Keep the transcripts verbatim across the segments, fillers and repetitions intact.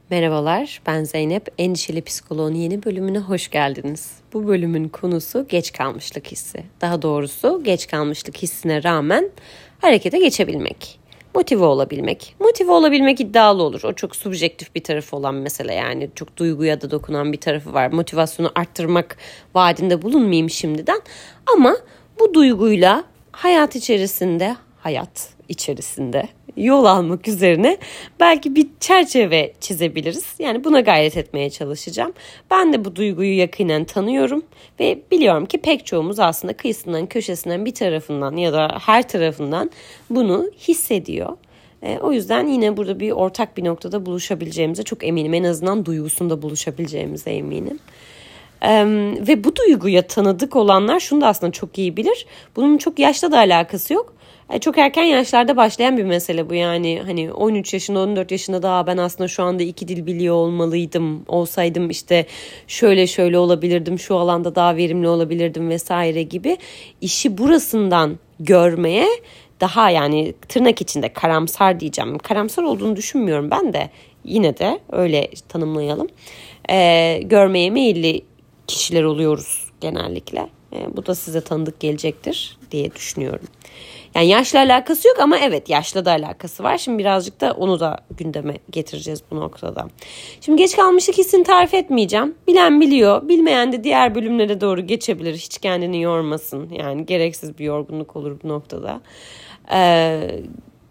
Merhabalar, ben Zeynep. Endişeli Psikoloğun yeni bölümüne hoş geldiniz. Bu bölümün konusu geç kalmışlık hissi. Daha doğrusu geç kalmışlık hissine rağmen harekete geçebilmek. Motive olabilmek. Motive olabilmek iddialı olur. O çok subjektif bir tarafı olan mesele, yani çok duyguya da dokunan bir tarafı var. Motivasyonu arttırmak vaadinde bulunmayayım şimdiden. Ama bu duyguyla hayat içerisinde, hayat içerisinde yol almak üzerine belki bir çerçeve çizebiliriz. Yani buna gayret etmeye çalışacağım. Ben de bu duyguyu yakinen tanıyorum ve biliyorum ki pek çoğumuz aslında kıyısından, köşesinden, bir tarafından ya da her tarafından bunu hissediyor. E, o yüzden yine burada bir ortak bir noktada buluşabileceğimize çok eminim. En azından duygusunda buluşabileceğimize eminim. Ee, ve bu duyguya tanıdık olanlar şunu da aslında çok iyi bilir. Bunun çok yaşla da alakası yok. Yani çok erken yaşlarda başlayan bir mesele bu, yani hani on üç yaşında on dört yaşında daha ben aslında şu anda iki dil biliyor olmalıydım, olsaydım işte şöyle şöyle olabilirdim, şu alanda daha verimli olabilirdim vesaire gibi işi burasından görmeye daha, yani tırnak içinde karamsar diyeceğim. Karamsar olduğunu düşünmüyorum ben de, yine de öyle tanımlayalım. Ee, görmeye meyilli kişiler oluyoruz genellikle. E, bu da size tanıdık gelecektir diye düşünüyorum. Yani yaşla alakası yok ama evet, yaşla da alakası var. Şimdi birazcık da onu da gündeme getireceğiz bu noktada. Şimdi geç kalmışlık hissini tarif etmeyeceğim. Bilen biliyor, bilmeyen de diğer bölümlere doğru geçebilir. Hiç kendini yormasın. Yani gereksiz bir yorgunluk olur bu noktada. Ee,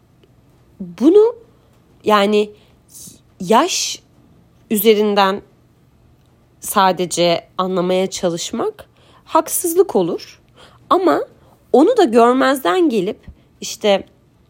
bunu yani yaş üzerinden sadece anlamaya çalışmak haksızlık olur. Ama onu da görmezden gelip işte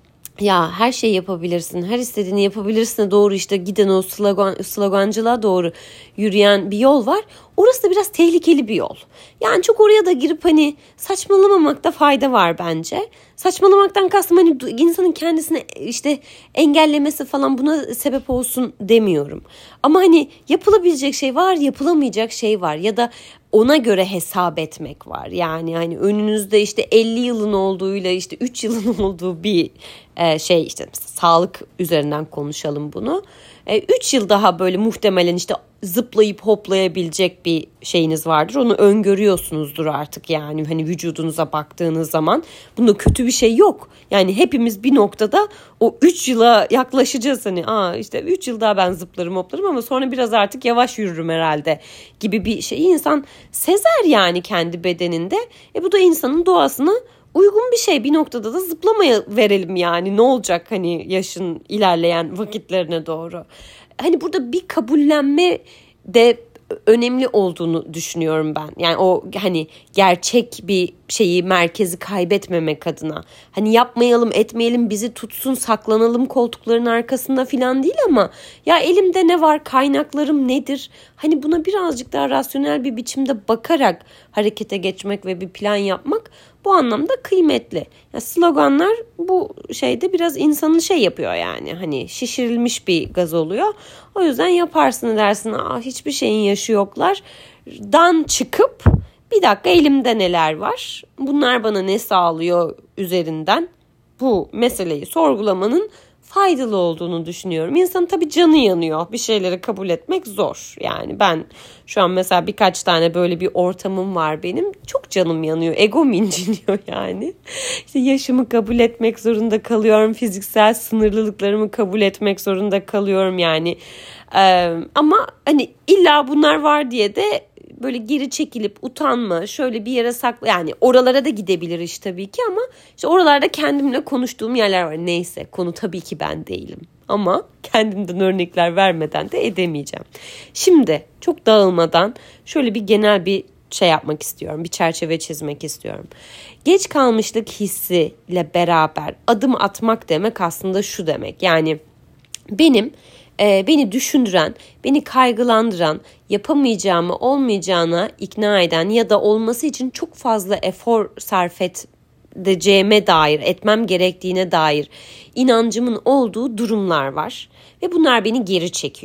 ya her şeyi yapabilirsin, her istediğini yapabilirsin doğru işte giden o slogan, slogancılığa doğru yürüyen bir yol var. Orası da biraz tehlikeli bir yol. Yani çok oraya da girip hani saçmalamamakta fayda var bence. Saçmalamaktan kastım hani insanın kendisini işte engellemesi falan buna sebep olsun demiyorum. Ama hani yapılabilecek şey var, yapılamayacak şey var ya da ona göre hesap etmek var. Yani hani önünüzde işte elli yılın olduğuyla işte üç yılın olduğu bir şey, işte sağlık üzerinden konuşalım bunu. üç yıl daha böyle muhtemelen işte zıplayıp hoplayabilecek bir şeyiniz vardır. Onu öngörüyorsunuzdur artık, yani hani vücudunuza baktığınız zaman. Bunda kötü bir şey yok. Yani hepimiz bir noktada o üç yıla yaklaşacağız. Hani aa işte üç yıl daha ben zıplarım hoplarım ama sonra biraz artık yavaş yürürüm herhalde gibi bir şeyi insan sezer yani kendi bedeninde. E bu da insanın doğasına uygun bir şey. Bir noktada da zıplamaya verelim yani. Ne olacak hani yaşın ilerleyen vakitlerine doğru. Hani burada bir kabullenme de önemli olduğunu düşünüyorum ben. Yani o hani gerçek bir şeyi, merkezi kaybetmemek adına. Hani yapmayalım, etmeyelim, bizi tutsun, saklanalım koltukların arkasında falan değil ama ya elimde ne var, kaynaklarım nedir? Hani buna birazcık daha rasyonel bir biçimde bakarak harekete geçmek ve bir plan yapmak bu anlamda kıymetli. Ya sloganlar bu şeyde biraz insanın şey yapıyor, yani hani şişirilmiş bir gaz oluyor. O yüzden yaparsın dersin, aa hiçbir şeyin yaşı yoklar. Dan çıkıp bir dakika elimde neler var? Bunlar bana ne sağlıyor üzerinden bu meseleyi sorgulamanın faydalı olduğunu düşünüyorum. İnsanın tabii canı yanıyor. Bir şeyleri kabul etmek zor. Yani ben şu an mesela birkaç tane böyle bir ortamım var benim. Çok canım yanıyor. Egom inciniyor yani. İşte yaşımı kabul etmek zorunda kalıyorum. Fiziksel sınırlılıklarımı kabul etmek zorunda kalıyorum yani. Ee, ama hani illa bunlar var diye de böyle geri çekilip utanma, şöyle bir yere sakla, yani oralara da gidebilir iş tabii ki ama işte oralarda kendimle konuştuğum yerler var. Neyse, konu tabii ki ben değilim ama kendimden örnekler vermeden de edemeyeceğim. Şimdi çok dağılmadan şöyle bir genel bir şey yapmak istiyorum. Bir çerçeve çizmek istiyorum. Geç kalmışlık hissiyle beraber adım atmak demek aslında şu demek. Yani benim e, beni düşündüren, beni kaygılandıran, yapamayacağımı, olmayacağına ikna eden ya da olması için çok fazla efor sarf edeceğime dair, etmem gerektiğine dair inancımın olduğu durumlar var ve bunlar beni geri çekiyor.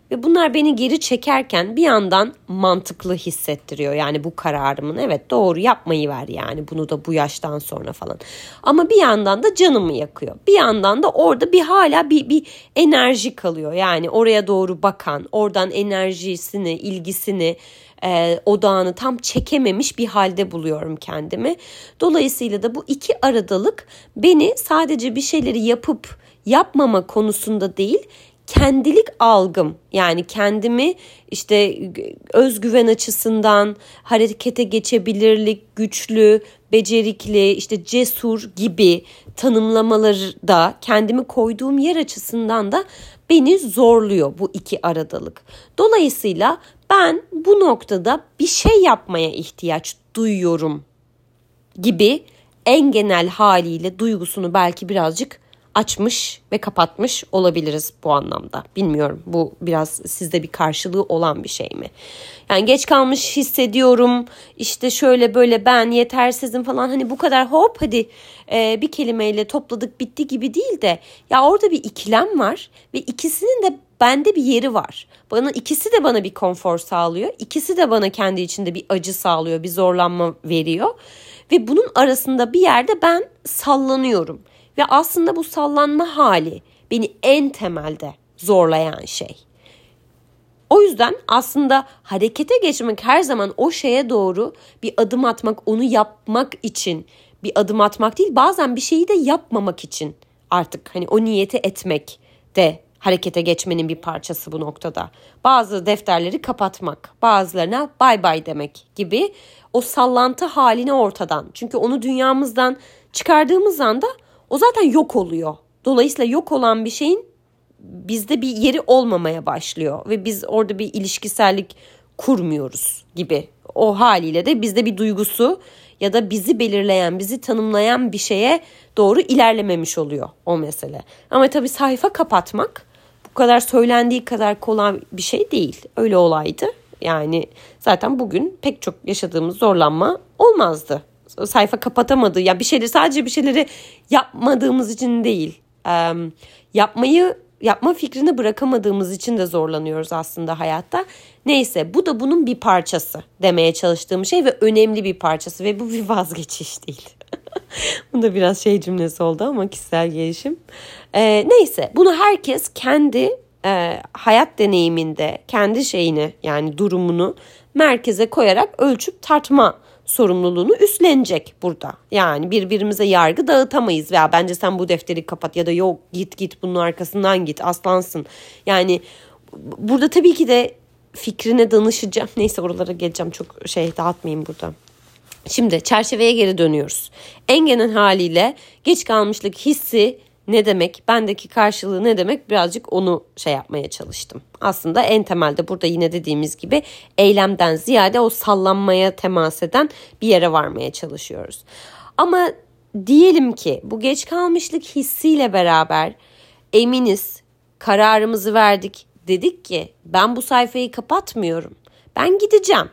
Ve bunlar beni geri çekerken bir yandan mantıklı hissettiriyor. Yani bu kararımın evet doğru yapmayı ver yani bunu da bu yaştan sonra falan. Ama bir yandan da canımı yakıyor. Bir yandan da orada bir hala bir, bir enerji kalıyor. Yani oraya doğru bakan, oradan enerjisini, ilgisini, e, odağını tam çekememiş bir halde buluyorum kendimi. Dolayısıyla da bu iki aradalık beni sadece bir şeyleri yapıp yapmama konusunda değil, kendilik algım yani kendimi işte özgüven açısından harekete geçebilirlik, güçlü, becerikli, işte cesur gibi tanımlamaları da kendimi koyduğum yer açısından da beni zorluyor bu iki aradalık. Dolayısıyla ben bu noktada bir şey yapmaya ihtiyaç duyuyorum gibi en genel haliyle duygusunu belki birazcık açmış ve kapatmış olabiliriz bu anlamda. Bilmiyorum, bu biraz sizde bir karşılığı olan bir şey mi? Yani geç kalmış hissediyorum, işte şöyle böyle ben yetersizim falan, hani bu kadar hop hadi e, bir kelimeyle topladık bitti gibi değil de ya orada bir ikilem var ve ikisinin de bende bir yeri var. Bana ikisi de bana bir konfor sağlıyor. İkisi de bana kendi içinde bir acı sağlıyor, bir zorlanma veriyor. Ve bunun arasında bir yerde ben sallanıyorum. Ve aslında bu sallanma hali beni en temelde zorlayan şey. O yüzden aslında harekete geçmek her zaman o şeye doğru bir adım atmak, onu yapmak için bir adım atmak değil. Bazen bir şeyi de yapmamak için artık hani o niyeti etmek de harekete geçmenin bir parçası bu noktada. Bazı defterleri kapatmak, bazılarına bay bay demek gibi o sallantı halini ortadan. Çünkü onu dünyamızdan çıkardığımız anda o zaten yok oluyor. Dolayısıyla yok olan bir şeyin bizde bir yeri olmamaya başlıyor ve biz orada bir ilişkisellik kurmuyoruz gibi. O haliyle de bizde bir duygusu ya da bizi belirleyen, bizi tanımlayan bir şeye doğru ilerlememiş oluyor o mesele. Ama tabii sayfa kapatmak bu kadar söylendiği kadar kolay bir şey değil. Öyle olaydı. Yani zaten bugün pek çok yaşadığımız zorlanma olmazdı. Sayfa kapatamadı. Ya bir şeyleri sadece bir şeyleri yapmadığımız için değil. Ee, yapmayı yapma fikrini bırakamadığımız için de zorlanıyoruz aslında hayatta. Neyse, bu da bunun bir parçası demeye çalıştığım şey ve önemli bir parçası ve bu bir vazgeçiş değil. Bu da biraz şey cümlesi oldu ama kişisel gelişim. Ee, neyse, bunu herkes kendi e, hayat deneyiminde kendi şeyini yani durumunu merkeze koyarak ölçüp tartma sorumluluğunu üstlenecek burada. Yani birbirimize yargı dağıtamayız. Veya bence sen bu defteri kapat ya da yok git git bunun arkasından git aslansın. Yani burada tabii ki de fikrine danışacağım. Neyse, oralara geleceğim, çok şey dağıtmayayım burada. Şimdi çerçeveye geri dönüyoruz. En genel haliyle geç kalmışlık hissi ne demek? Bendeki karşılığı ne demek? Birazcık onu şey yapmaya çalıştım. Aslında en temelde burada yine dediğimiz gibi eylemden ziyade o sallanmaya temas eden bir yere varmaya çalışıyoruz. Ama diyelim ki bu geç kalmışlık hissiyle beraber eminiz, kararımızı verdik. Dedik ki ben bu sayfayı kapatmıyorum. Ben gideceğim.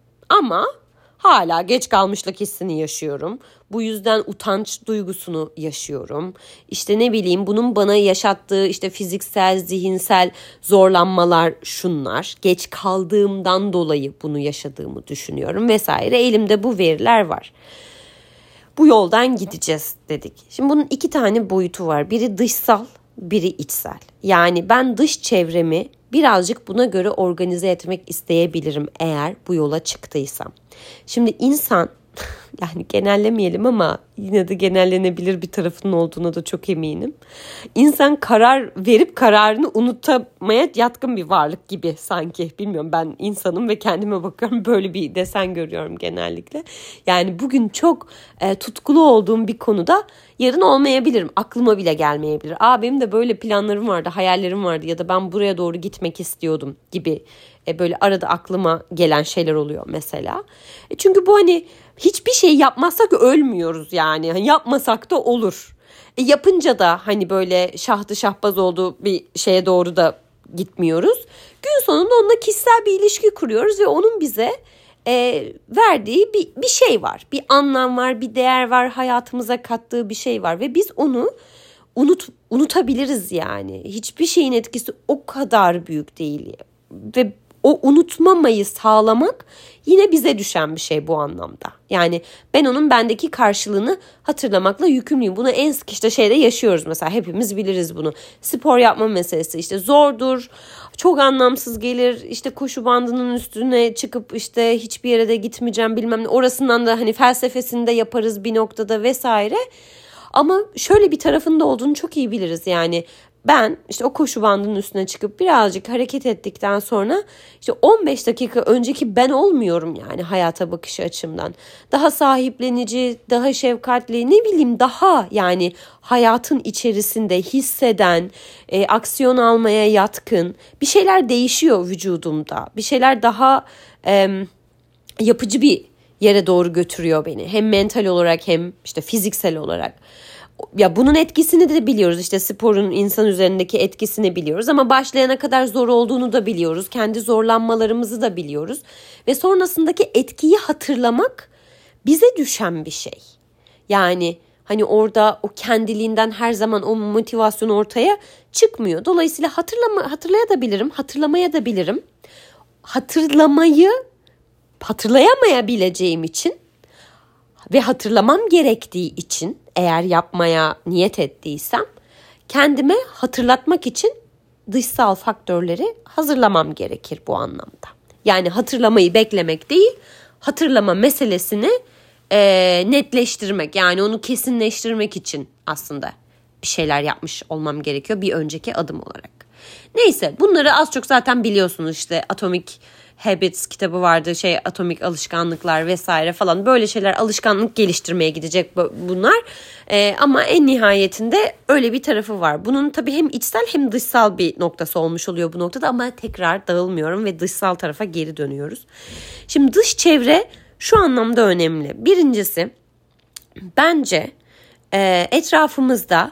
Ama hala geç kalmışlık hissini yaşıyorum. Bu yüzden utanç duygusunu yaşıyorum. İşte ne bileyim, bunun bana yaşattığı işte fiziksel, zihinsel zorlanmalar şunlar. Geç kaldığımdan dolayı bunu yaşadığımı düşünüyorum vesaire. Elimde bu veriler var. Bu yoldan gideceğiz dedik. Şimdi bunun iki tane boyutu var. Biri dışsal, biri içsel. Yani ben dış çevremi birazcık buna göre organize etmek isteyebilirim eğer bu yola çıktıysam. Şimdi insan, yani genellemeyelim ama yine de genellenebilir bir tarafının olduğuna da çok eminim. İnsan karar verip kararını unutamaya yatkın bir varlık gibi sanki. Bilmiyorum, ben insanım ve kendime bakıyorum, böyle bir desen görüyorum genellikle. Yani bugün çok e, tutkulu olduğum bir konuda yarın olmayabilirim. Aklıma bile gelmeyebilir. Aa, benim de böyle planlarım vardı, hayallerim vardı ya da ben buraya doğru gitmek istiyordum gibi e, böyle arada aklıma gelen şeyler oluyor mesela. E, çünkü bu hani hiçbir şey yapmazsak ölmüyoruz yani. Hani yapmasak da olur. E, yapınca da hani böyle şahtı şahbaz olduğu bir şeye doğru da gitmiyoruz. Gün sonunda onunla kişisel bir ilişki kuruyoruz ve onun bize e, verdiği bir, bir şey var. Bir anlam var, bir değer var, hayatımıza kattığı bir şey var ve biz onu unut unutabiliriz yani. Hiçbir şeyin etkisi o kadar büyük değil. Ve o unutmamayı sağlamak yine bize düşen bir şey bu anlamda. Yani ben onun bendeki karşılığını hatırlamakla yükümlüyüm. Bunu en sık işte şeyde yaşıyoruz mesela. Hepimiz biliriz bunu. Spor yapma meselesi işte zordur. Çok anlamsız gelir. İşte koşu bandının üstüne çıkıp işte hiçbir yere de gitmeyeceğim bilmem ne. Orasından da hani felsefesini de yaparız bir noktada vesaire. Ama şöyle bir tarafında olduğunu çok iyi biliriz yani. Ben işte o koşu bandının üstüne çıkıp birazcık hareket ettikten sonra işte on beş dakika önceki ben olmuyorum yani hayata bakış açımdan. Daha sahiplenici, daha şefkatli, ne bileyim daha yani hayatın içerisinde hisseden, e, aksiyon almaya yatkın bir şeyler değişiyor vücudumda. Bir şeyler daha e, yapıcı bir yere doğru götürüyor beni. Hem mental olarak hem işte fiziksel olarak. Ya bunun etkisini de biliyoruz. İşte sporun insan üzerindeki etkisini biliyoruz ama başlayana kadar zor olduğunu da biliyoruz. Kendi zorlanmalarımızı da biliyoruz. Ve sonrasındaki etkiyi hatırlamak bize düşen bir şey. Yani hani orada o kendiliğinden her zaman o motivasyon ortaya çıkmıyor. Dolayısıyla hatırlama hatırlayabilirim, hatırlamaya da bilirim. Hatırlamayı hatırlayamayabileceğim için ve hatırlamam gerektiği için eğer yapmaya niyet ettiysem kendime hatırlatmak için dışsal faktörleri hazırlamam gerekir bu anlamda. Yani hatırlamayı beklemek değil, hatırlama meselesini e, netleştirmek, yani onu kesinleştirmek için aslında bir şeyler yapmış olmam gerekiyor bir önceki adım olarak. Neyse, bunları az çok zaten biliyorsunuz. İşte Atomic Habits kitabı vardı, şey atomik alışkanlıklar vesaire falan, böyle şeyler alışkanlık geliştirmeye gidecek bunlar. Ee, ama en nihayetinde öyle bir tarafı var. Bunun tabii hem içsel hem dışsal bir noktası olmuş oluyor bu noktada, ama tekrar dağılmıyorum ve dışsal tarafa geri dönüyoruz. Şimdi dış çevre şu anlamda önemli. Birincisi, bence e, etrafımızda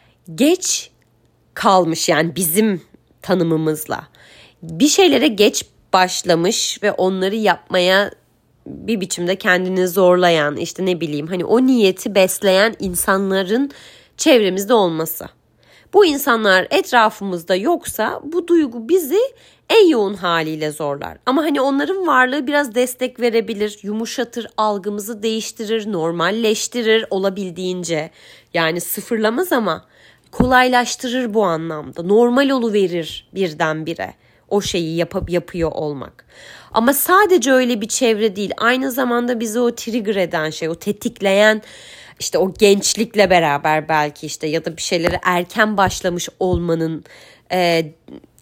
geç kalmış, yani bizim tanımımızla bir şeylere geç başlamış ve onları yapmaya bir biçimde kendini zorlayan, işte ne bileyim hani o niyeti besleyen insanların çevremizde olması. Bu insanlar etrafımızda yoksa bu duygu bizi en yoğun haliyle zorlar. Ama hani onların varlığı biraz destek verebilir, yumuşatır, algımızı değiştirir, normalleştirir olabildiğince. Yani sıfırlamaz ama kolaylaştırır bu anlamda. Normal oluverir birdenbire o şeyi yapıp yapıyor olmak. Ama sadece öyle bir çevre değil. Aynı zamanda bizi o trigger eden şey, o tetikleyen, işte o gençlikle beraber belki işte ya da bir şeylere erken başlamış olmanın e,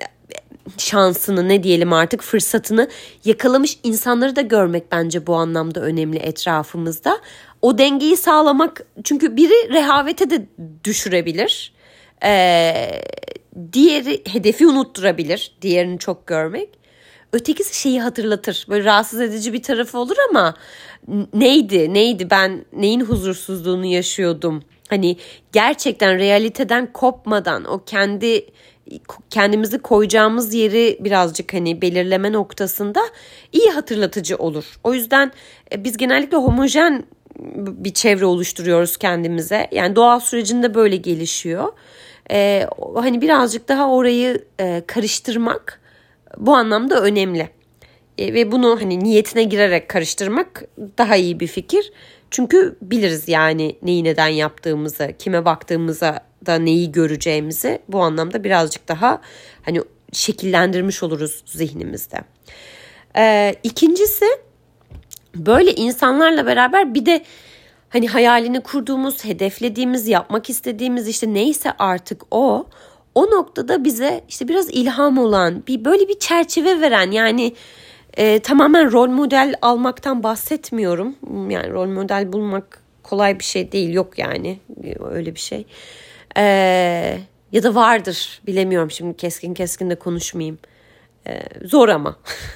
şansını, ne diyelim artık, fırsatını yakalamış insanları da görmek bence bu anlamda önemli etrafımızda. O dengeyi sağlamak, çünkü biri rehavete de düşürebilir. Ee, diğeri hedefi unutturabilir, diğerini çok görmek. Ötekisi şeyi hatırlatır. Böyle rahatsız edici bir tarafı olur ama neydi, neydi ben neyin huzursuzluğunu yaşıyordum? Hani gerçekten realiteden kopmadan o kendi kendimizi koyacağımız yeri birazcık hani belirleme noktasında iyi hatırlatıcı olur. O yüzden biz genellikle homojen bir çevre oluşturuyoruz kendimize. Yani doğal sürecinde böyle gelişiyor. Ee, hani birazcık daha orayı e, karıştırmak bu anlamda önemli. E, ve bunu hani niyetine girerek karıştırmak daha iyi bir fikir. Çünkü biliriz yani neyi neden yaptığımızı, kime baktığımıza da neyi göreceğimizi bu anlamda birazcık daha hani şekillendirmiş oluruz zihnimizde. Ee, ikincisi, böyle insanlarla beraber bir de hani hayalini kurduğumuz, hedeflediğimiz, yapmak istediğimiz işte neyse artık o, o noktada bize işte biraz ilham olan, bir böyle bir çerçeve veren, yani e, tamamen rol model almaktan bahsetmiyorum. Yani rol model bulmak kolay bir şey değil, yok yani öyle bir şey. E, ya da vardır, bilemiyorum, şimdi keskin keskin de konuşmayayım. E, zor ama.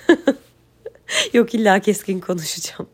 Yok, illa keskin konuşacağım.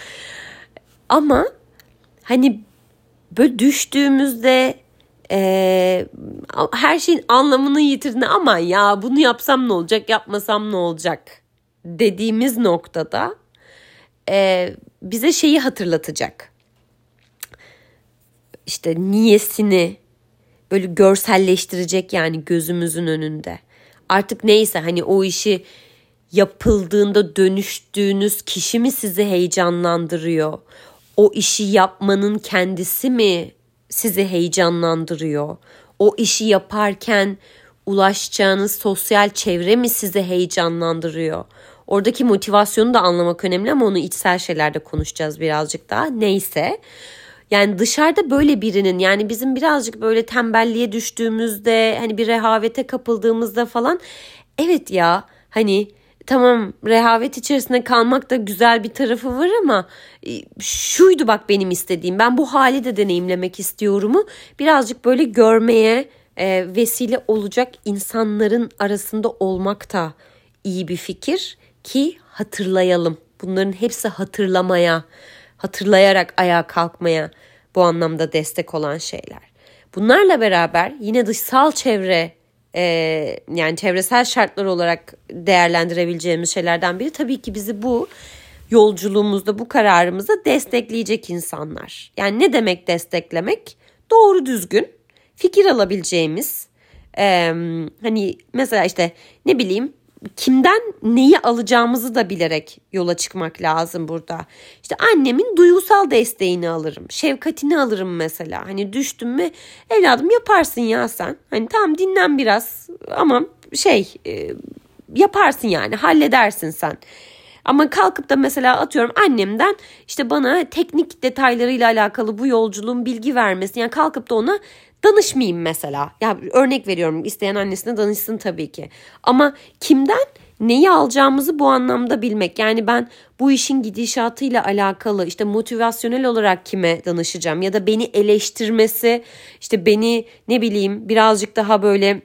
Ama hani böyle düştüğümüzde e, her şeyin anlamını yitirdiğinde, aman ya bunu yapsam ne olacak, yapmasam ne olacak dediğimiz noktada e, bize şeyi hatırlatacak. İşte niyesini, böyle görselleştirecek yani gözümüzün önünde. Artık neyse hani o işi yapıldığında dönüştüğünüz kişi mi sizi heyecanlandırıyor? O işi yapmanın kendisi mi sizi heyecanlandırıyor? O işi yaparken ulaşacağınız sosyal çevre mi sizi heyecanlandırıyor? Oradaki motivasyonu da anlamak önemli ama onu içsel şeylerde konuşacağız birazcık daha. Neyse. Yani dışarıda böyle birinin, yani bizim birazcık böyle tembelliğe düştüğümüzde, hani bir rehavete kapıldığımızda falan, evet ya hani tamam, rehavet içerisinde kalmak da güzel bir tarafı var ama şuydu bak benim istediğim, ben bu hali de deneyimlemek istiyorumu birazcık böyle görmeye e, vesile olacak insanların arasında olmak da iyi bir fikir ki hatırlayalım. Bunların hepsi hatırlamaya, hatırlayarak ayağa kalkmaya bu anlamda destek olan şeyler. Bunlarla beraber yine dışsal çevre, e, yani çevresel şartlar olarak değerlendirebileceğimiz şeylerden biri tabii ki bizi bu yolculuğumuzda, bu kararımızda destekleyecek insanlar. Yani ne demek desteklemek? Doğru düzgün fikir alabileceğimiz, e, hani mesela işte ne bileyim, kimden neyi alacağımızı da bilerek yola çıkmak lazım burada. İşte annemin duygusal desteğini alırım. Şefkatini alırım mesela. Hani düştüm mü evladım yaparsın ya sen. Hani tamam dinlen biraz ama şey e, yaparsın yani, halledersin sen. Ama kalkıp da mesela atıyorum annemden işte bana teknik detaylarıyla alakalı bu yolculuğun bilgi vermesi. Yani kalkıp da ona danışmayayım mesela. Ya örnek veriyorum, isteyen annesine danışsın tabii ki. Ama kimden neyi alacağımızı bu anlamda bilmek. Yani ben bu işin gidişatıyla alakalı işte motivasyonel olarak kime danışacağım ya da beni eleştirmesi, işte beni ne bileyim birazcık daha böyle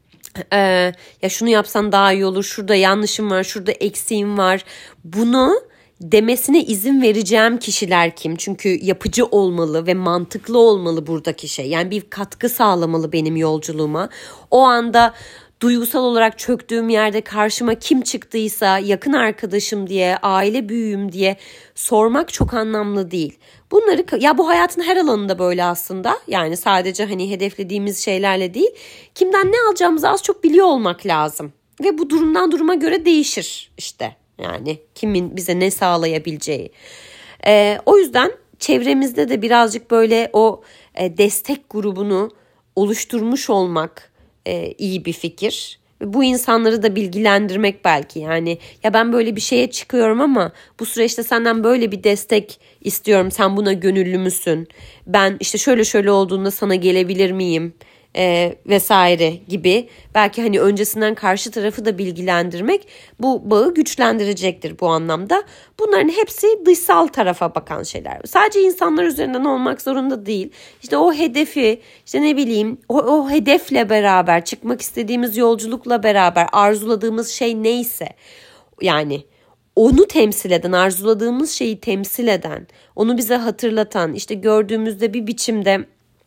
Ee, ya şunu yapsan daha iyi olur, şurada yanlışım var, şurada eksiğim var, bunu demesine izin vereceğim kişiler kim? Çünkü yapıcı olmalı ve mantıklı olmalı buradaki şey. Yani bir katkı sağlamalı benim yolculuğuma. O anda duygusal olarak çöktüğüm yerde karşıma kim çıktıysa, yakın arkadaşım diye, aile büyüğüm diye sormak çok anlamlı değil. Bunları, ya bu hayatın her alanında böyle aslında. Yani sadece hani hedeflediğimiz şeylerle değil. Kimden ne alacağımızı az çok biliyor olmak lazım. Ve bu durumdan duruma göre değişir işte. Yani kimin bize ne sağlayabileceği. Ee, o yüzden çevremizde de birazcık böyle o e, destek grubunu oluşturmuş olmak e, iyi bir fikir. Bu insanları da bilgilendirmek belki, yani ya ben böyle bir şeye çıkıyorum ama bu süreçte senden böyle bir destek istiyorum, sen buna gönüllü müsün? Ben işte şöyle şöyle olduğunda sana gelebilir miyim? E, vesaire gibi, belki hani öncesinden karşı tarafı da bilgilendirmek bu bağı güçlendirecektir bu anlamda. Bunların hepsi dışsal tarafa bakan şeyler. Sadece insanlar üzerinden olmak zorunda değil. İşte o hedefi, işte ne bileyim o, o hedefle beraber, çıkmak istediğimiz yolculukla beraber arzuladığımız şey neyse, yani onu temsil eden, arzuladığımız şeyi temsil eden, onu bize hatırlatan, işte gördüğümüzde bir biçimde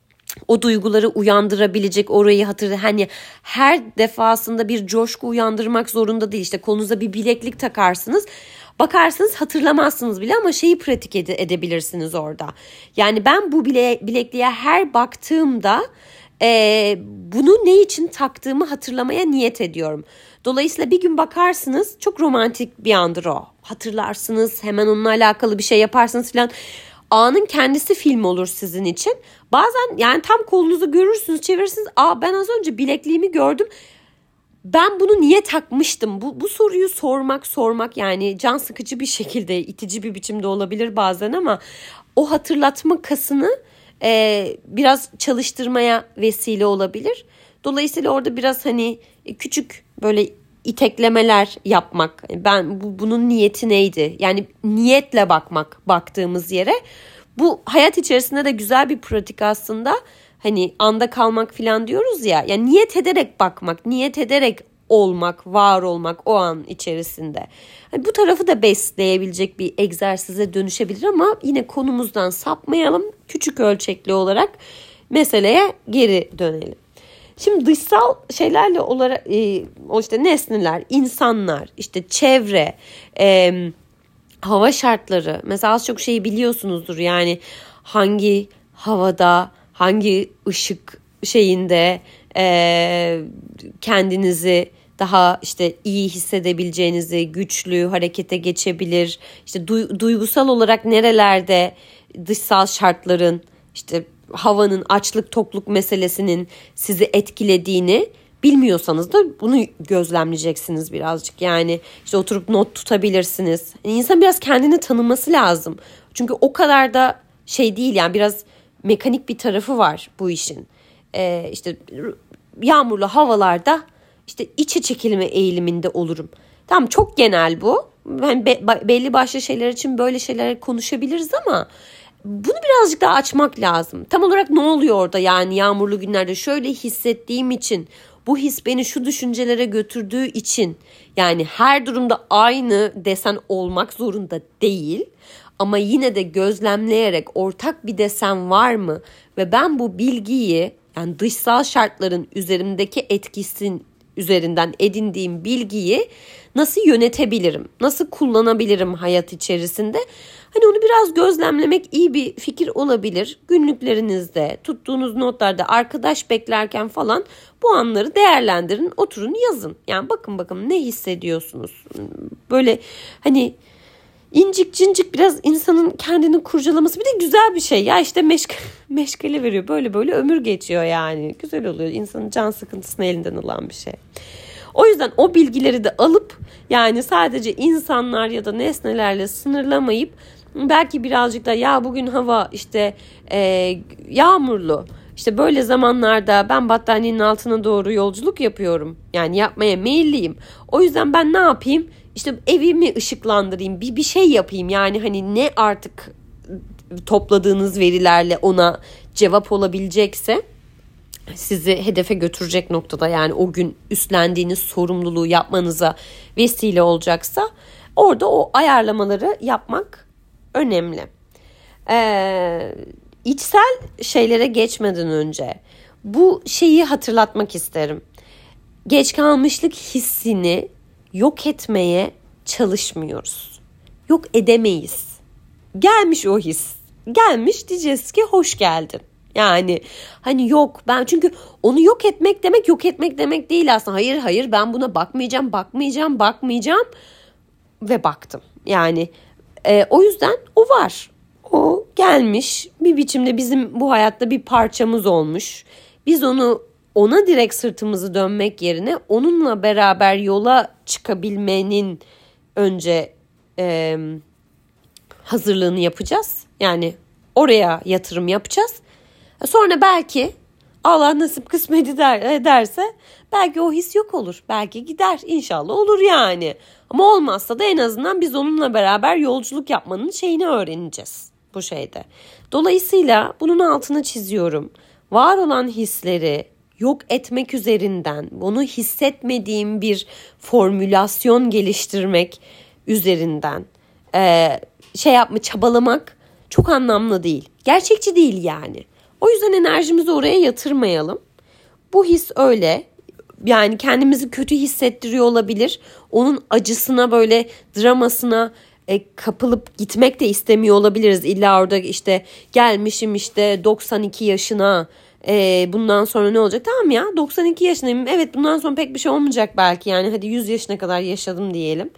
o duyguları uyandırabilecek, orayı hatırla. Hani her defasında bir coşku uyandırmak zorunda değil. İşte kolunuza bir bileklik takarsınız. Bakarsınız hatırlamazsınız bile ama şeyi pratik ede- edebilirsiniz orada. Yani ben bu bile, bilekliğe her baktığımda e, bunu ne için taktığımı hatırlamaya niyet ediyorum. Dolayısıyla bir gün bakarsınız, çok romantik bir andır o. Hatırlarsınız, hemen onunla alakalı bir şey yaparsınız falan. Anın kendisi film olur sizin için. Bazen yani tam kolunuzu görürsünüz, çevirirsiniz. Aa, ben az önce bilekliğimi gördüm. Ben bunu niye takmıştım? Bu, bu soruyu sormak sormak yani can sıkıcı bir şekilde, itici bir biçimde olabilir bazen ama o hatırlatma kasını e, biraz çalıştırmaya vesile olabilir. Dolayısıyla orada biraz hani küçük böyle iteklemeler yapmak. Ben bu, bunun niyeti neydi? Yani niyetle bakmak baktığımız yere. Bu hayat içerisinde de güzel bir pratik aslında. Hani anda kalmak falan diyoruz ya. Yani niyet ederek bakmak, niyet ederek olmak, var olmak o an içerisinde. Yani bu tarafı da besleyebilecek bir egzersize dönüşebilir ama yine konumuzdan sapmayalım. Küçük ölçekli olarak meseleye geri dönelim. Şimdi dışsal şeylerle olarak e, o işte nesneler, insanlar, işte çevre, e, hava şartları. Mesela az çok şeyi biliyorsunuzdur. Yani hangi havada, hangi ışık şeyinde e, kendinizi daha işte iyi hissedebileceğinizi, güçlü harekete geçebilir, işte du- duygusal olarak nerelerde dışsal şartların, işte havanın, açlık tokluk meselesinin sizi etkilediğini bilmiyorsanız da bunu gözlemleyeceksiniz birazcık. Yani işte oturup not tutabilirsiniz. Yani insan biraz kendini tanıması lazım. Çünkü o kadar da şey değil, yani biraz mekanik bir tarafı var bu işin. Ee, işte yağmurlu havalarda işte içe çekilme eğiliminde olurum. Tamam, çok genel bu. Yani be, belli başlı şeyler için böyle şeyler konuşabiliriz ama bunu birazcık daha açmak lazım. Tam olarak ne oluyor orada, yani yağmurlu günlerde şöyle hissettiğim için, bu his beni şu düşüncelere götürdüğü için, yani her durumda aynı desen olmak zorunda değil. Ama yine de gözlemleyerek ortak bir desen var mı ve ben bu bilgiyi, yani dışsal şartların üzerimdeki etkisin üzerinden edindiğim bilgiyi nasıl yönetebilirim? Nasıl kullanabilirim hayat içerisinde? Hani onu biraz gözlemlemek iyi bir fikir olabilir. Günlüklerinizde, tuttuğunuz notlarda, arkadaş beklerken falan bu anları değerlendirin, oturun yazın. Yani bakın bakın ne hissediyorsunuz? Böyle hani incik cincik biraz insanın kendini kurcalaması bir de güzel bir şey. Ya işte meşk meşgale veriyor. Böyle böyle ömür geçiyor yani. Güzel oluyor. İnsanın can sıkıntısını elinden alan bir şey. O yüzden o bilgileri de alıp, yani sadece insanlar ya da nesnelerle sınırlamayıp, belki birazcık da ya bugün hava işte e, yağmurlu, İşte böyle zamanlarda ben battaniyenin altına doğru yolculuk yapıyorum. Yani yapmaya meyilliyim. O yüzden ben ne yapayım? İşte evimi ışıklandırayım, bir bir şey yapayım. Yani hani ne artık topladığınız verilerle ona cevap olabilecekse, sizi hedefe götürecek noktada, yani o gün üstlendiğiniz sorumluluğu yapmanıza vesile olacaksa, orada o ayarlamaları yapmak önemli. Ee, içsel şeylere geçmeden önce bu şeyi hatırlatmak isterim. Geç kalmışlık hissini yok etmeye çalışmıyoruz. Yok edemeyiz. Gelmiş o his. Gelmiş, diyeceğiz ki hoş geldin. Yani hani yok ben, çünkü onu yok etmek demek yok etmek demek değil aslında. Hayır hayır ben buna bakmayacağım, bakmayacağım, bakmayacağım ve baktım. Yani e, o yüzden o var. O gelmiş, bir biçimde bizim bu hayatta bir parçamız olmuş. Biz onu ona direkt sırtımızı dönmek yerine onunla beraber yola çıkabilmenin önce e, hazırlığını yapacağız. Yani oraya yatırım yapacağız. Sonra belki Allah nasip kısmet ederse belki o his yok olur. Belki gider, inşallah olur yani. Ama olmazsa da en azından biz onunla beraber yolculuk yapmanın şeyini öğreneceğiz bu şeyde. Dolayısıyla bunun altını çiziyorum. Var olan hisleri yok etmek üzerinden, bunu hissetmediğim bir formülasyon geliştirmek üzerinden e, şey yapma, çabalamak çok anlamlı değil. Gerçekçi değil yani. O yüzden enerjimizi oraya yatırmayalım. Bu his öyle. Yani kendimizi kötü hissettiriyor olabilir. Onun acısına, böyle dramasına e, kapılıp gitmek de istemiyor olabiliriz. İlla orada işte gelmişim işte doksan iki yaşına, e, bundan sonra ne olacak? Tamam ya, doksan iki yaşındayım. Evet, bundan sonra pek bir şey olmayacak belki. Yani hadi yüz yaşına kadar yaşadım diyelim.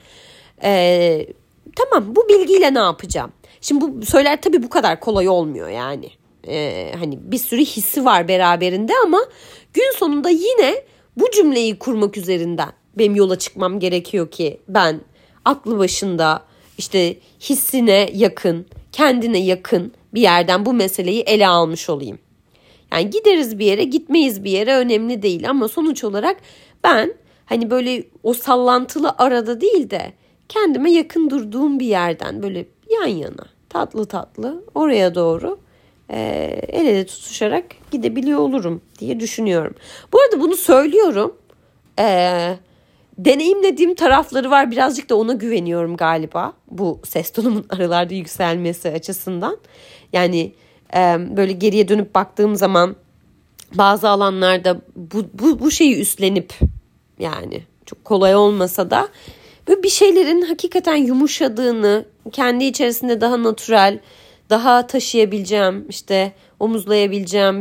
E, tamam, bu bilgiyle ne yapacağım? Şimdi bu söyler tabii bu kadar kolay olmuyor yani. Ee, hani bir sürü hissi var beraberinde ama gün sonunda yine bu cümleyi kurmak üzerinden benim yola çıkmam gerekiyor ki ben aklı başında, işte hissine yakın, kendine yakın bir yerden bu meseleyi ele almış olayım. Yani gideriz bir yere, gitmeyiz bir yere, önemli değil ama sonuç olarak ben hani böyle o sallantılı arada değil de kendime yakın durduğum bir yerden, böyle yan yana tatlı tatlı oraya doğru el ele tutuşarak gidebiliyor olurum diye düşünüyorum. Bu arada bunu söylüyorum. Ee, deneyimlediğim tarafları var. Birazcık da ona güveniyorum galiba. Bu ses tonumun aralarda yükselmesi açısından. Yani e, böyle geriye dönüp baktığım zaman bazı alanlarda bu, bu, bu şeyi üstlenip, yani çok kolay olmasa da böyle bir şeylerin hakikaten yumuşadığını, kendi içerisinde daha natürel, daha taşıyabileceğim, işte omuzlayabileceğim bir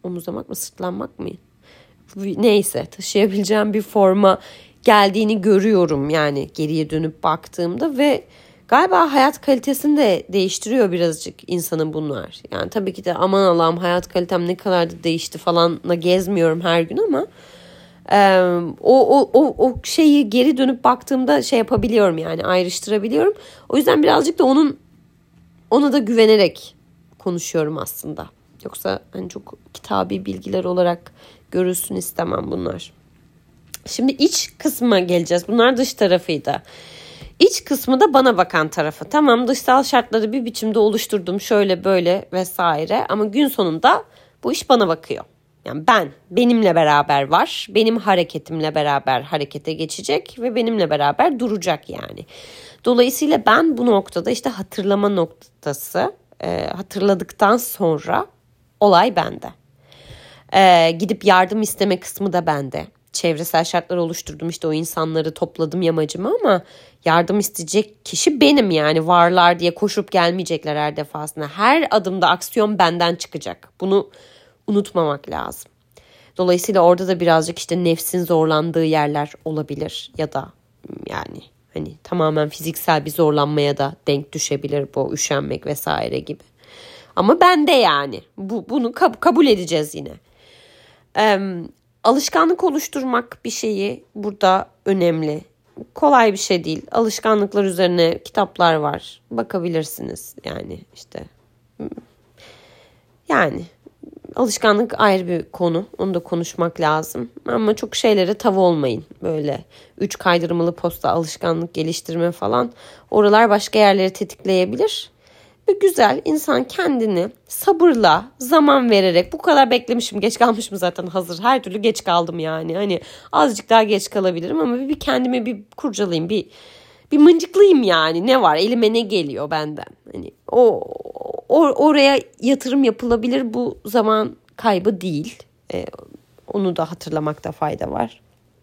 omuzlamak mı, sırtlanmak mı? Neyse, taşıyabileceğim bir forma geldiğini görüyorum yani geriye dönüp baktığımda ve galiba hayat kalitesini de değiştiriyor birazcık insanın bunlar. Yani tabii ki de aman Allah'ım hayat kalitem ne kadar da değişti falanla gezmiyorum her gün ama e, o, o, o, o şeyi geri dönüp baktığımda şey yapabiliyorum yani ayrıştırabiliyorum. O yüzden birazcık da onun ona da güvenerek konuşuyorum aslında. Yoksa hani çok kitabi bilgiler olarak görülsün istemem bunlar. Şimdi iç kısmına geleceğiz. Bunlar dış tarafıydı. İç kısmı da bana bakan tarafı. Tamam, dışsal şartları bir biçimde oluşturdum şöyle böyle vesaire ama gün sonunda bu iş bana bakıyor. Yani ben, benimle beraber var. Benim hareketimle beraber harekete geçecek ve benimle beraber duracak yani. Dolayısıyla ben bu noktada işte hatırlama noktası, e, hatırladıktan sonra olay bende. E, gidip yardım isteme kısmı da bende. Çevresel şartlar oluşturdum, işte o insanları topladım yamacıma ama yardım isteyecek kişi benim yani, varlar diye koşup gelmeyecekler her defasında. Her adımda aksiyon benden çıkacak. Bunu unutmamak lazım. Dolayısıyla orada da birazcık işte nefsin zorlandığı yerler olabilir ya da yani hani tamamen fiziksel bir zorlanmaya da denk düşebilir bu üşenmek vesaire gibi. Ama bende yani bu bunu kab- kabul edeceğiz yine. Ee, alışkanlık oluşturmak bir şeyi burada önemli. Kolay bir şey değil. Alışkanlıklar üzerine kitaplar var. Bakabilirsiniz yani işte. Yani alışkanlık ayrı bir konu. Onu da konuşmak lazım. Ama çok şeylere tav olmayın. Böyle üç kaydırmalı posta, alışkanlık geliştirme falan. Oralar başka yerleri tetikleyebilir. Ve güzel, insan kendini sabırla, zaman vererek, bu kadar beklemişim, geç kalmışım zaten, hazır her türlü geç kaldım yani. Hani azıcık daha geç kalabilirim ama bir, bir kendime bir kurcalayayım, bir bir mıncıklayayım yani, ne var elime, ne geliyor benden. Hani o, o oraya yatırım yapılabilir, bu zaman kaybı değil. Ee, onu da hatırlamakta fayda var.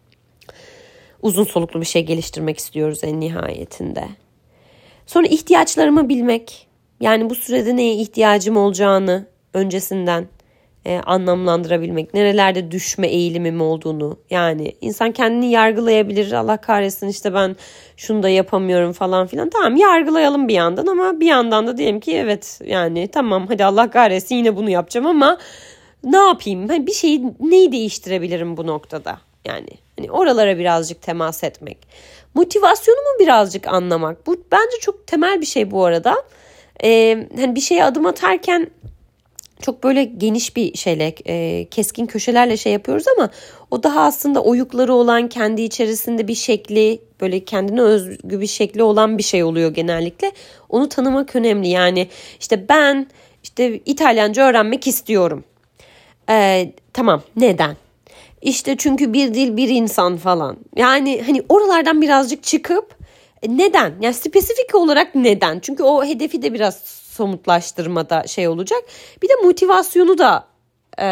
Uzun soluklu bir şey geliştirmek istiyoruz en nihayetinde. Sonra ihtiyaçlarımı bilmek. Yani bu sürede neye ihtiyacım olacağını öncesinden e, anlamlandırabilmek. Nerelerde düşme eğilimim olduğunu. Yani insan kendini yargılayabilir. Allah kahretsin işte ben şunu da yapamıyorum falan filan. Tamam, yargılayalım bir yandan ama bir yandan da diyelim ki evet yani tamam hadi Allah kahretsin yine bunu yapacağım ama ne yapayım? Hani bir şeyi, neyi değiştirebilirim bu noktada? Yani hani oralara birazcık temas etmek. Motivasyonumu birazcık anlamak. Bu bence çok temel bir şey bu arada. Ee, hani bir şeye adım atarken çok böyle geniş bir şeyle, e, keskin köşelerle şey yapıyoruz ama o daha aslında oyukları olan, kendi içerisinde bir şekli, böyle kendine özgü bir şekli olan bir şey oluyor genellikle. Onu tanımak önemli. Yani işte ben işte İtalyanca öğrenmek istiyorum. Ee, tamam, neden? İşte çünkü bir dil bir insan falan. Yani hani oralardan birazcık çıkıp neden? Yani spesifik olarak neden? Çünkü o hedefi de biraz somutlaştırmada şey olacak. Bir de motivasyonu da e,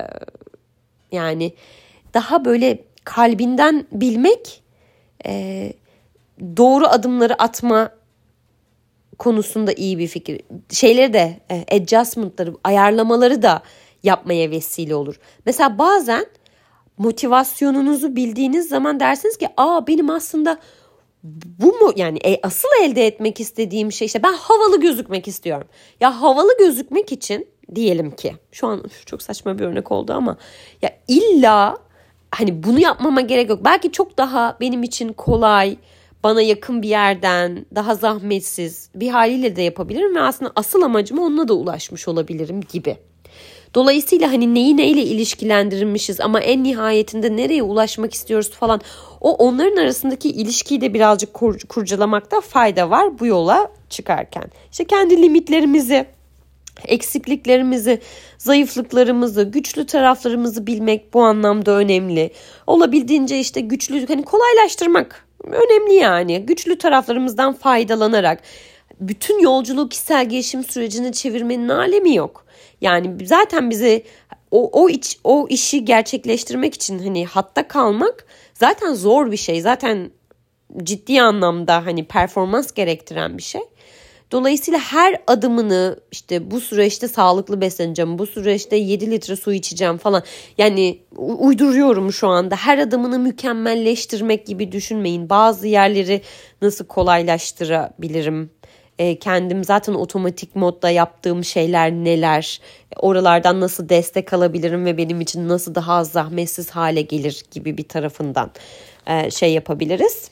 yani daha böyle kalbinden bilmek, e, doğru adımları atma konusunda iyi bir fikir. Şeyleri de e, adjustment'ları, ayarlamaları da yapmaya vesile olur. Mesela bazen motivasyonunuzu bildiğiniz zaman dersiniz ki aa benim aslında bu mu yani e, asıl elde etmek istediğim şey, işte ben havalı gözükmek istiyorum. Ya havalı gözükmek için diyelim ki şu an çok saçma bir örnek oldu ama ya illa hani bunu yapmama gerek yok. Belki çok daha benim için kolay, bana yakın bir yerden, daha zahmetsiz bir haliyle de yapabilirim ve aslında asıl amacıma onunla da ulaşmış olabilirim gibi. Dolayısıyla hani neyi neyle ilişkilendirilmişiz ama en nihayetinde nereye ulaşmak istiyoruz falan, o onların arasındaki ilişkiyi de birazcık kur, kurcalamakta fayda var bu yola çıkarken. İşte kendi limitlerimizi, eksikliklerimizi, zayıflıklarımızı, güçlü taraflarımızı bilmek bu anlamda önemli. Olabildiğince işte güçlü, hani kolaylaştırmak önemli yani. Güçlü taraflarımızdan faydalanarak bütün yolculuk, kişisel gelişim sürecini çevirmenin alemi yok. Yani zaten bize o o iç o işi gerçekleştirmek için hani hatta kalmak zaten zor bir şey. Zaten ciddi anlamda hani performans gerektiren bir şey. Dolayısıyla her adımını işte bu süreçte sağlıklı besleneceğim, bu süreçte yedi litre su içeceğim falan. Yani uyduruyorum şu anda. Her adımını mükemmelleştirmek gibi düşünmeyin. Bazı yerleri nasıl kolaylaştırabilirim? E, kendim zaten otomatik modda yaptığım şeyler neler? Oralardan nasıl destek alabilirim ve benim için nasıl daha az zahmetsiz hale gelir gibi bir tarafından e, şey yapabiliriz.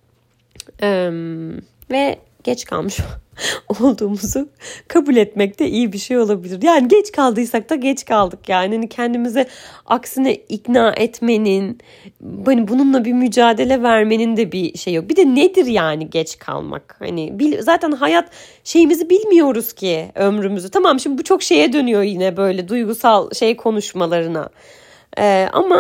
E, ve geç kalmış olduğumuzu kabul etmek de iyi bir şey olabilir. Yani geç kaldıysak da geç kaldık yani. Hani kendimize aksine ikna etmenin, hani bununla bir mücadele vermenin de bir şey yok. Bir de nedir yani geç kalmak? Hani bil, zaten hayat şeyimizi bilmiyoruz ki, ömrümüzü. Tamam, şimdi bu çok şeye dönüyor yine, böyle duygusal şey konuşmalarına. Ee, ama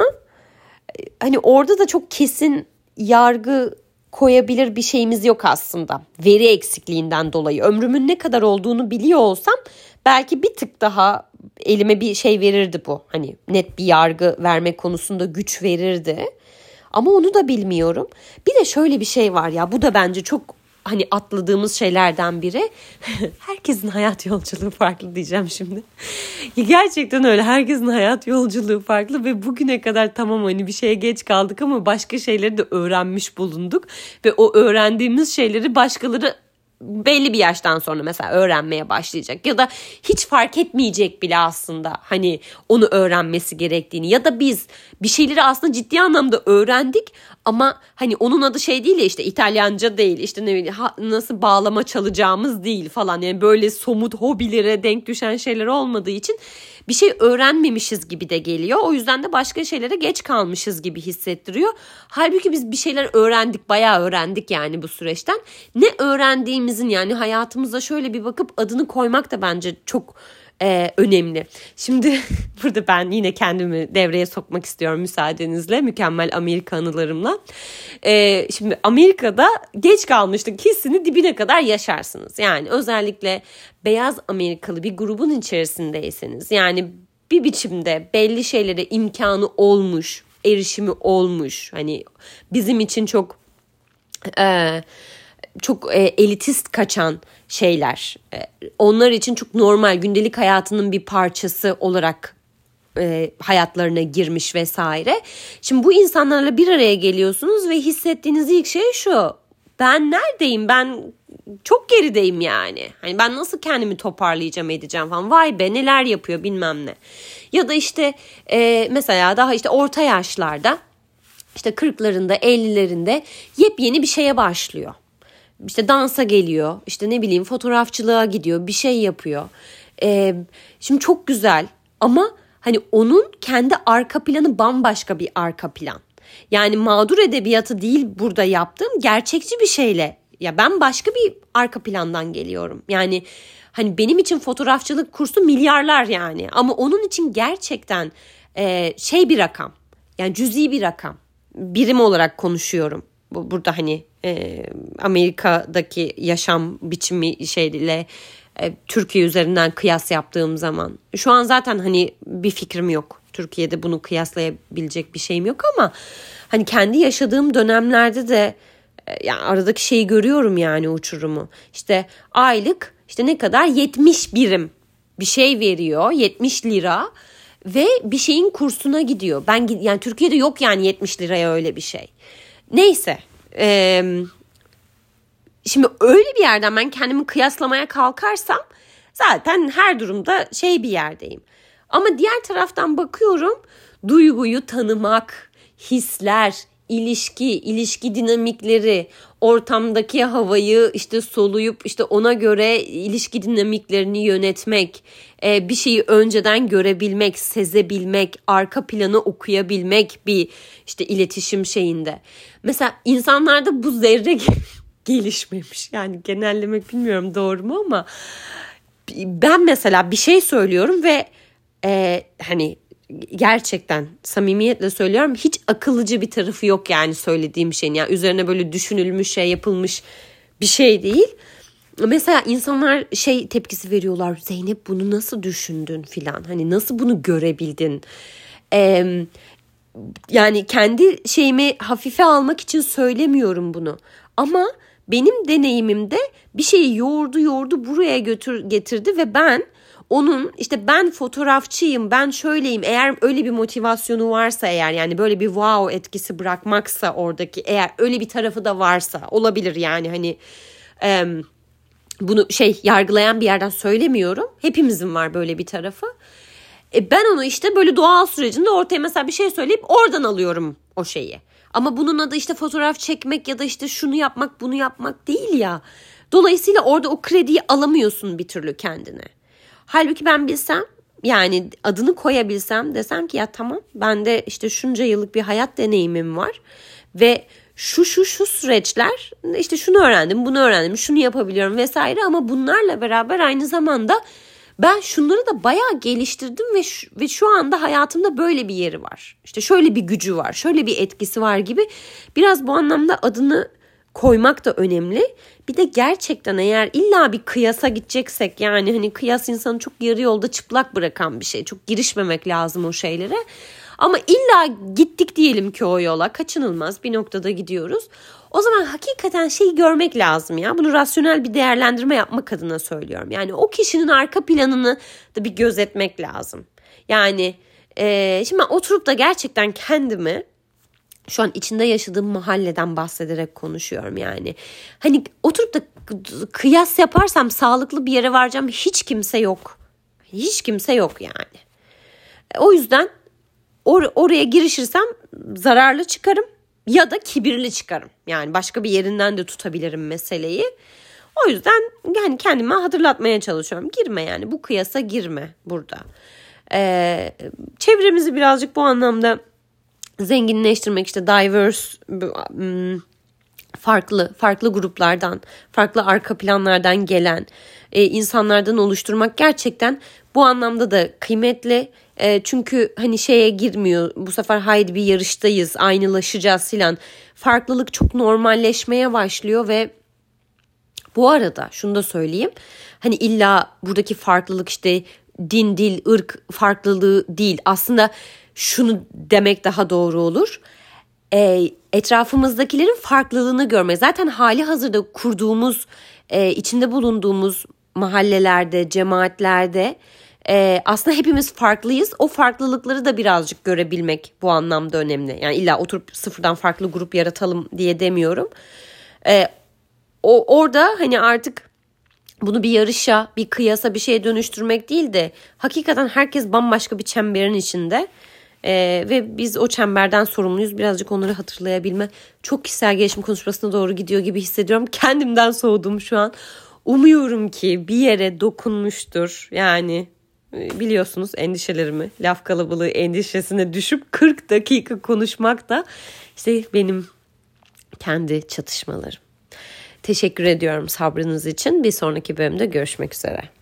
hani orada da çok kesin yargı koyabilir bir şeyimiz yok aslında. Veri eksikliğinden dolayı. Ömrümün ne kadar olduğunu biliyor olsam belki bir tık daha elime bir şey verirdi bu. Hani net bir yargı verme konusunda güç verirdi. Ama onu da bilmiyorum. Bir de şöyle bir şey var ya, bu da bence çok hani atladığımız şeylerden biri. Herkesin hayat yolculuğu farklı diyeceğim şimdi. Gerçekten öyle. Herkesin hayat yolculuğu farklı ve bugüne kadar tamam hani bir şeye geç kaldık ama başka şeyleri de öğrenmiş bulunduk. Ve o öğrendiğimiz şeyleri başkaları belli bir yaştan sonra mesela öğrenmeye başlayacak ya da hiç fark etmeyecek bile aslında hani onu öğrenmesi gerektiğini, ya da biz bir şeyleri aslında ciddi anlamda öğrendik ama hani onun adı şey değil ya, işte İtalyanca değil, işte ne bileyim ha, nasıl bağlama çalacağımız değil falan, yani böyle somut hobilere denk düşen şeyler olmadığı için bir şey öğrenmemişiz gibi de geliyor. O yüzden de başka şeylere geç kalmışız gibi hissettiriyor. Halbuki biz bir şeyler öğrendik, bayağı öğrendik yani bu süreçten. Ne öğrendiğimizin, yani hayatımıza şöyle bir bakıp adını koymak da bence çok e, önemli. Şimdi burada ben yine kendimi devreye sokmak istiyorum müsaadenizle, mükemmel Amerika anılarımla. E, şimdi Amerika'da geç kalmışlık hissini dibine kadar yaşarsınız. Yani özellikle beyaz Amerikalı bir grubun içerisindeyseniz, yani bir biçimde belli şeylere imkanı olmuş, erişimi olmuş, hani bizim için çok e, çok e, elitist kaçan şeyler, e, onlar için çok normal, gündelik hayatının bir parçası olarak e, hayatlarına girmiş vesaire. Şimdi bu insanlarla bir araya geliyorsunuz ve hissettiğiniz ilk şey şu: ben neredeyim? Ben çok gerideyim yani. Hani ben nasıl kendimi toparlayacağım edeceğim falan. Vay be, neler yapıyor bilmem ne. Ya da işte e, mesela daha işte orta yaşlarda, işte kırklarında ellilerinde yepyeni bir şeye başlıyor. İşte dansa geliyor, işte ne bileyim fotoğrafçılığa gidiyor, bir şey yapıyor. E, şimdi çok güzel ama hani onun kendi arka planı bambaşka bir arka plan. Yani mağdur edebiyatı değil burada yaptığım, gerçekçi bir şeyle. Ya ben başka bir arka plandan geliyorum. Yani hani benim için fotoğrafçılık kursu milyarlar yani. Ama onun için gerçekten e, şey bir rakam. Yani cüzi bir rakam. Birim olarak konuşuyorum. Burada hani e, Amerika'daki yaşam biçimi şeyle e, Türkiye üzerinden kıyas yaptığım zaman. Şu an zaten hani bir fikrim yok. Türkiye'de bunu kıyaslayabilecek bir şeyim yok ama hani kendi yaşadığım dönemlerde de yani aradaki şeyi görüyorum, yani uçurumu. İşte aylık işte ne kadar, yetmiş birim bir şey veriyor, yetmiş lira ve bir şeyin kursuna gidiyor. Ben yani Türkiye'de yok yani yetmiş liraya öyle bir şey. Neyse. Ee, şimdi öyle bir yerden ben kendimi kıyaslamaya kalkarsam zaten her durumda şey bir yerdeyim. Ama diğer taraftan bakıyorum, duyguyu tanımak, hisler, ilişki, ilişki dinamikleri, ortamdaki havayı işte soluyup işte ona göre ilişki dinamiklerini yönetmek, bir şeyi önceden görebilmek, sezebilmek, arka planı okuyabilmek bir işte iletişim şeyinde. Mesela insanlarda bu zerre gelişmemiş. Yani genellemek bilmiyorum doğru mu ama ben mesela bir şey söylüyorum ve e, hani gerçekten samimiyetle söylüyorum, hiç akıllıcı bir tarafı yok yani söylediğim şeyin. Yani üzerine böyle düşünülmüş, şey yapılmış bir şey değil. Mesela insanlar şey tepkisi veriyorlar: Zeynep bunu nasıl düşündün filan, hani nasıl bunu görebildin? Ee, yani kendi şeyimi hafife almak için söylemiyorum bunu. Ama benim deneyimimde bir şeyi yoğurdu yoğurdu buraya götür, getirdi ve ben onun işte ben fotoğrafçıyım, ben şöyleyim, eğer öyle bir motivasyonu varsa, eğer yani böyle bir wow etkisi bırakmaksa oradaki, eğer öyle bir tarafı da varsa olabilir yani hani e, bunu şey yargılayan bir yerden söylemiyorum. Hepimizin var böyle bir tarafı. E, ben onu işte böyle doğal sürecinde ortaya mesela bir şey söyleyip oradan alıyorum o şeyi. Ama bunun adı işte fotoğraf çekmek ya da işte şunu yapmak bunu yapmak değil ya. Dolayısıyla orada o krediyi alamıyorsun bir türlü kendine. Halbuki ben bilsem, yani adını koyabilsem, desem ki ya tamam, bende işte şunca yıllık bir hayat deneyimim var ve şu şu şu süreçler, işte şunu öğrendim, bunu öğrendim, şunu yapabiliyorum vesaire, ama bunlarla beraber aynı zamanda ben şunları da bayağı geliştirdim ve şu, ve şu anda hayatımda böyle bir yeri var. İşte şöyle bir gücü var, şöyle bir etkisi var gibi. Biraz bu anlamda adını koymak da önemli. Bir de gerçekten eğer illa bir kıyasa gideceksek, yani hani kıyas insanı çok yarı yolda çıplak bırakan bir şey. Çok girişmemek lazım o şeylere. Ama illa gittik diyelim ki o yola, kaçınılmaz bir noktada gidiyoruz. O zaman hakikaten şeyi görmek lazım ya. Bunu rasyonel bir değerlendirme yapmak adına söylüyorum. Yani o kişinin arka planını da bir gözetmek lazım. Yani e, şimdi ben oturup da gerçekten kendimi, şu an içinde yaşadığım mahalleden bahsederek konuşuyorum yani. Hani oturup da kıyas yaparsam sağlıklı bir yere varacağım hiç kimse yok. Hiç kimse yok yani. O yüzden or- oraya girişirsem zararlı çıkarım ya da kibirli çıkarım. Yani başka bir yerinden de tutabilirim meseleyi. O yüzden yani kendime hatırlatmaya çalışıyorum. Girme yani, bu kıyasa girme burada. Ee, çevremizi birazcık bu anlamda zenginleştirmek, işte diverse, farklı farklı gruplardan, farklı arka planlardan gelen e, insanlardan oluşturmak gerçekten bu anlamda da kıymetli. E, çünkü hani şeye girmiyor bu sefer, haydi bir yarıştayız, aynılaşacağız filan. Farklılık çok normalleşmeye başlıyor ve bu arada şunu da söyleyeyim. Hani illa buradaki farklılık işte din, dil, ırk farklılığı değil. Aslında şunu demek daha doğru olur. E, etrafımızdakilerin farklılığını görmek. Zaten hali hazırda kurduğumuz, e, içinde bulunduğumuz mahallelerde, cemaatlerde e, aslında hepimiz farklıyız. O farklılıkları da birazcık görebilmek bu anlamda önemli. Yani illa oturup sıfırdan farklı grup yaratalım diye demiyorum. E, o orada hani artık bunu bir yarışa, bir kıyasa, bir şeye dönüştürmek değil de hakikaten herkes bambaşka bir çemberin içinde. Ee, ve biz o çemberden sorumluyuz. Birazcık onları hatırlayabilme, çok kişisel gelişim konuşmasına doğru gidiyor gibi hissediyorum. Kendimden soğudum şu an. Umuyorum ki bir yere dokunmuştur. Yani biliyorsunuz endişelerimi, laf kalabalığı endişesine düşüp kırk dakika konuşmak da işte benim kendi çatışmalarım. Teşekkür ediyorum sabrınız için. Bir sonraki bölümde görüşmek üzere.